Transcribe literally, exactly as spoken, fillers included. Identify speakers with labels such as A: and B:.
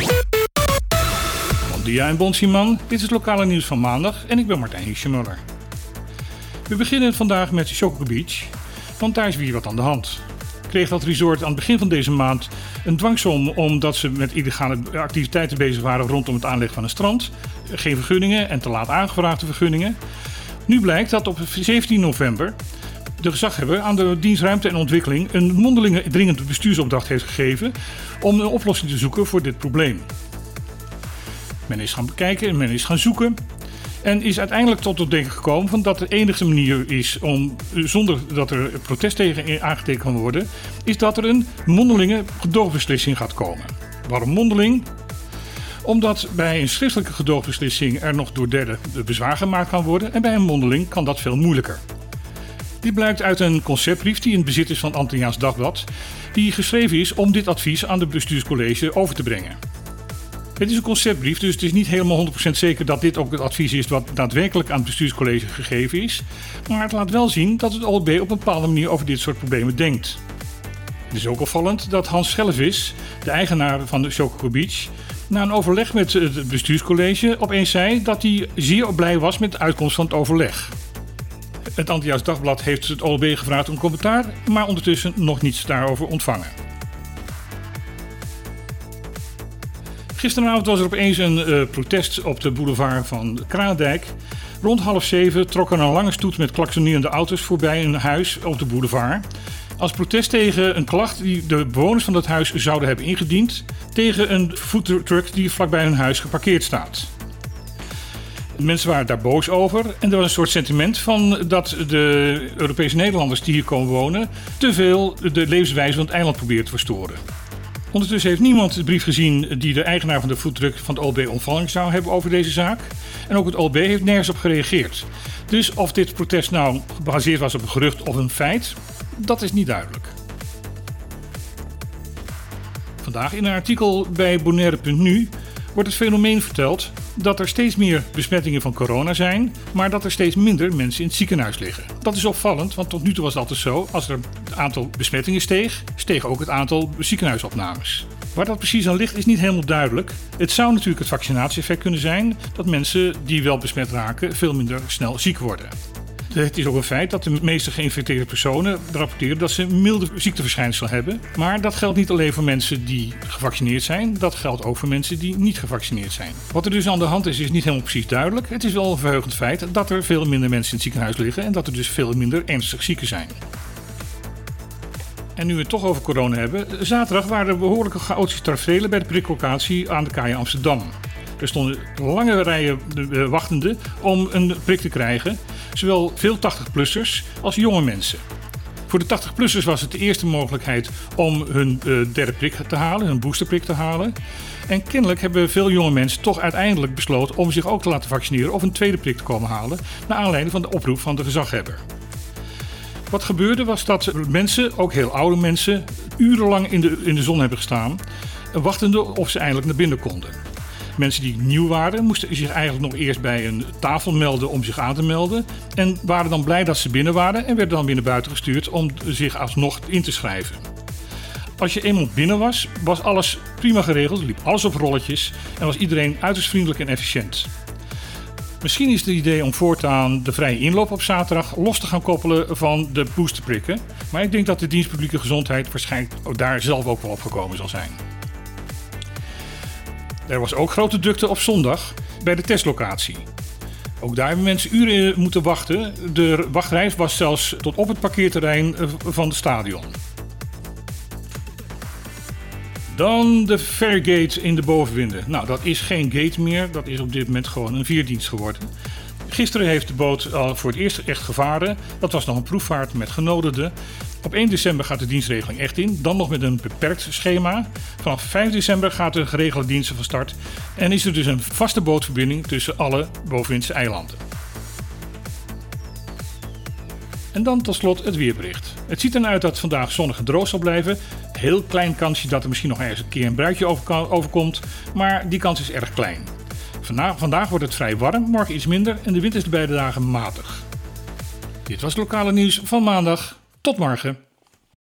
A: Bon dia en bon Simon, dit is het lokale nieuws van maandag en ik ben Martijn Hiesje-Muller. We beginnen vandaag met Choco Beach, want daar is weer wat aan de hand. Kreeg dat resort aan het begin van deze maand een dwangsom omdat ze met illegale activiteiten bezig waren rondom het aanleggen van een strand. Geen vergunningen en te laat aangevraagde vergunningen. Nu blijkt dat op zeventien november de gezaghebber aan de dienst Ruimte en Ontwikkeling een mondelinge dringende bestuursopdracht heeft gegeven om een oplossing te zoeken voor dit probleem. Men is gaan bekijken en men is gaan zoeken en is uiteindelijk tot het denken gekomen van dat de enige manier is om, zonder dat er protest tegen aangetekend kan worden, is dat er een mondelinge gedoogbeslissing gaat komen. Waarom mondeling? Omdat bij een schriftelijke gedoogbeslissing er nog door derden bezwaar gemaakt kan worden en bij een mondeling kan dat veel moeilijker. Dit blijkt uit een conceptbrief die in het bezit is van het Antilliaans Dagblad, die geschreven is om dit advies aan de bestuurscollege over te brengen. Het is een conceptbrief, dus het is niet helemaal honderd procent zeker dat dit ook het advies is wat daadwerkelijk aan het bestuurscollege gegeven is, maar het laat wel zien dat het O L B op een bepaalde manier over dit soort problemen denkt. Het is ook opvallend dat Hans Schellevis, de eigenaar van de Choco Beach, na een overleg met het bestuurscollege opeens zei dat hij zeer blij was met de uitkomst van het overleg. Het Antilliaans Dagblad heeft het O L B gevraagd om commentaar, maar ondertussen nog niets daarover ontvangen. Gisteravond was er opeens een uh, protest op de boulevard van Kraandijk. Rond half zeven trok er een lange stoet met klaksonerende auto's voorbij een huis op de boulevard. Als protest tegen een klacht die de bewoners van dat huis zouden hebben ingediend tegen een foodtruck die vlakbij hun huis geparkeerd staat. De mensen waren daar boos over en er was een soort sentiment van dat de Europese Nederlanders die hier komen wonen te veel de levenswijze van het eiland proberen te verstoren. Ondertussen heeft niemand de brief gezien die de eigenaar van de foodtruck van het O L B ontvangen zou hebben over deze zaak. En ook het O L B heeft nergens op gereageerd. Dus of dit protest nou gebaseerd was op een gerucht of een feit, dat is niet duidelijk. Vandaag in een artikel bij Bonaire punt nu wordt het fenomeen verteld dat er steeds meer besmettingen van corona zijn, maar dat er steeds minder mensen in het ziekenhuis liggen. Dat is opvallend, want tot nu toe was het altijd zo, als er het aantal besmettingen steeg, steeg ook het aantal ziekenhuisopnames. Waar dat precies aan ligt is niet helemaal duidelijk. Het zou natuurlijk het vaccinatieeffect kunnen zijn dat mensen die wel besmet raken veel minder snel ziek worden. Het is ook een feit dat de meeste geïnfecteerde personen rapporteren dat ze milde ziekteverschijnselen hebben. Maar dat geldt niet alleen voor mensen die gevaccineerd zijn, dat geldt ook voor mensen die niet gevaccineerd zijn. Wat er dus aan de hand is, is niet helemaal precies duidelijk. Het is wel een verheugend feit dat er veel minder mensen in het ziekenhuis liggen en dat er dus veel minder ernstig zieken zijn. En nu we het toch over corona hebben, zaterdag waren er behoorlijke chaotische taferelen bij de priklocatie aan de Kaai Amsterdam. Er stonden lange rijen wachtenden om een prik te krijgen, zowel veel tachtig-plussers als jonge mensen. Voor de tachtig-plussers was het de eerste mogelijkheid om hun uh, derde prik te halen, hun boosterprik te halen. En kennelijk hebben veel jonge mensen toch uiteindelijk besloten om zich ook te laten vaccineren of een tweede prik te komen halen, naar aanleiding van de oproep van de gezaghebber. Wat gebeurde was dat mensen, ook heel oude mensen, urenlang in de, in de zon hebben gestaan, wachtende of ze eindelijk naar binnen konden. Mensen die nieuw waren, moesten zich eigenlijk nog eerst bij een tafel melden om zich aan te melden. En waren dan blij dat ze binnen waren en werden dan weer naar buiten gestuurd om zich alsnog in te schrijven. Als je eenmaal binnen was, was alles prima geregeld, liep alles op rolletjes en was iedereen uiterst vriendelijk en efficiënt. Misschien is het idee om voortaan de vrije inloop op zaterdag los te gaan koppelen van de boosterprikken. Maar ik denk dat de dienst publieke gezondheid waarschijnlijk daar zelf ook wel op gekomen zal zijn. Er was ook grote drukte op zondag bij de testlocatie. Ook daar hebben mensen uren moeten wachten. De wachtrij was zelfs tot op het parkeerterrein van het stadion. Dan de ferrygate in de Bovenwinden. Nou, dat is geen gate meer. Dat is op dit moment gewoon een veerdienst geworden. Gisteren heeft de boot al voor het eerst echt gevaren. Dat was nog een proefvaart met genodigden. Op één december gaat de dienstregeling echt in. Dan nog met een beperkt schema. Vanaf vijf december gaat de geregelde diensten van start. En is er dus een vaste bootverbinding tussen alle Bovenwindse eilanden. En dan tot slot het weerbericht. Het ziet er uit dat het vandaag zonnig en droog zal blijven. Heel klein kansje dat er misschien nog ergens een keer een bruidje overkomt. Maar die kans is erg klein. Vandaag, vandaag wordt het vrij warm, morgen iets minder en de wind is de beide dagen matig. Dit was het lokale nieuws van maandag. Tot morgen.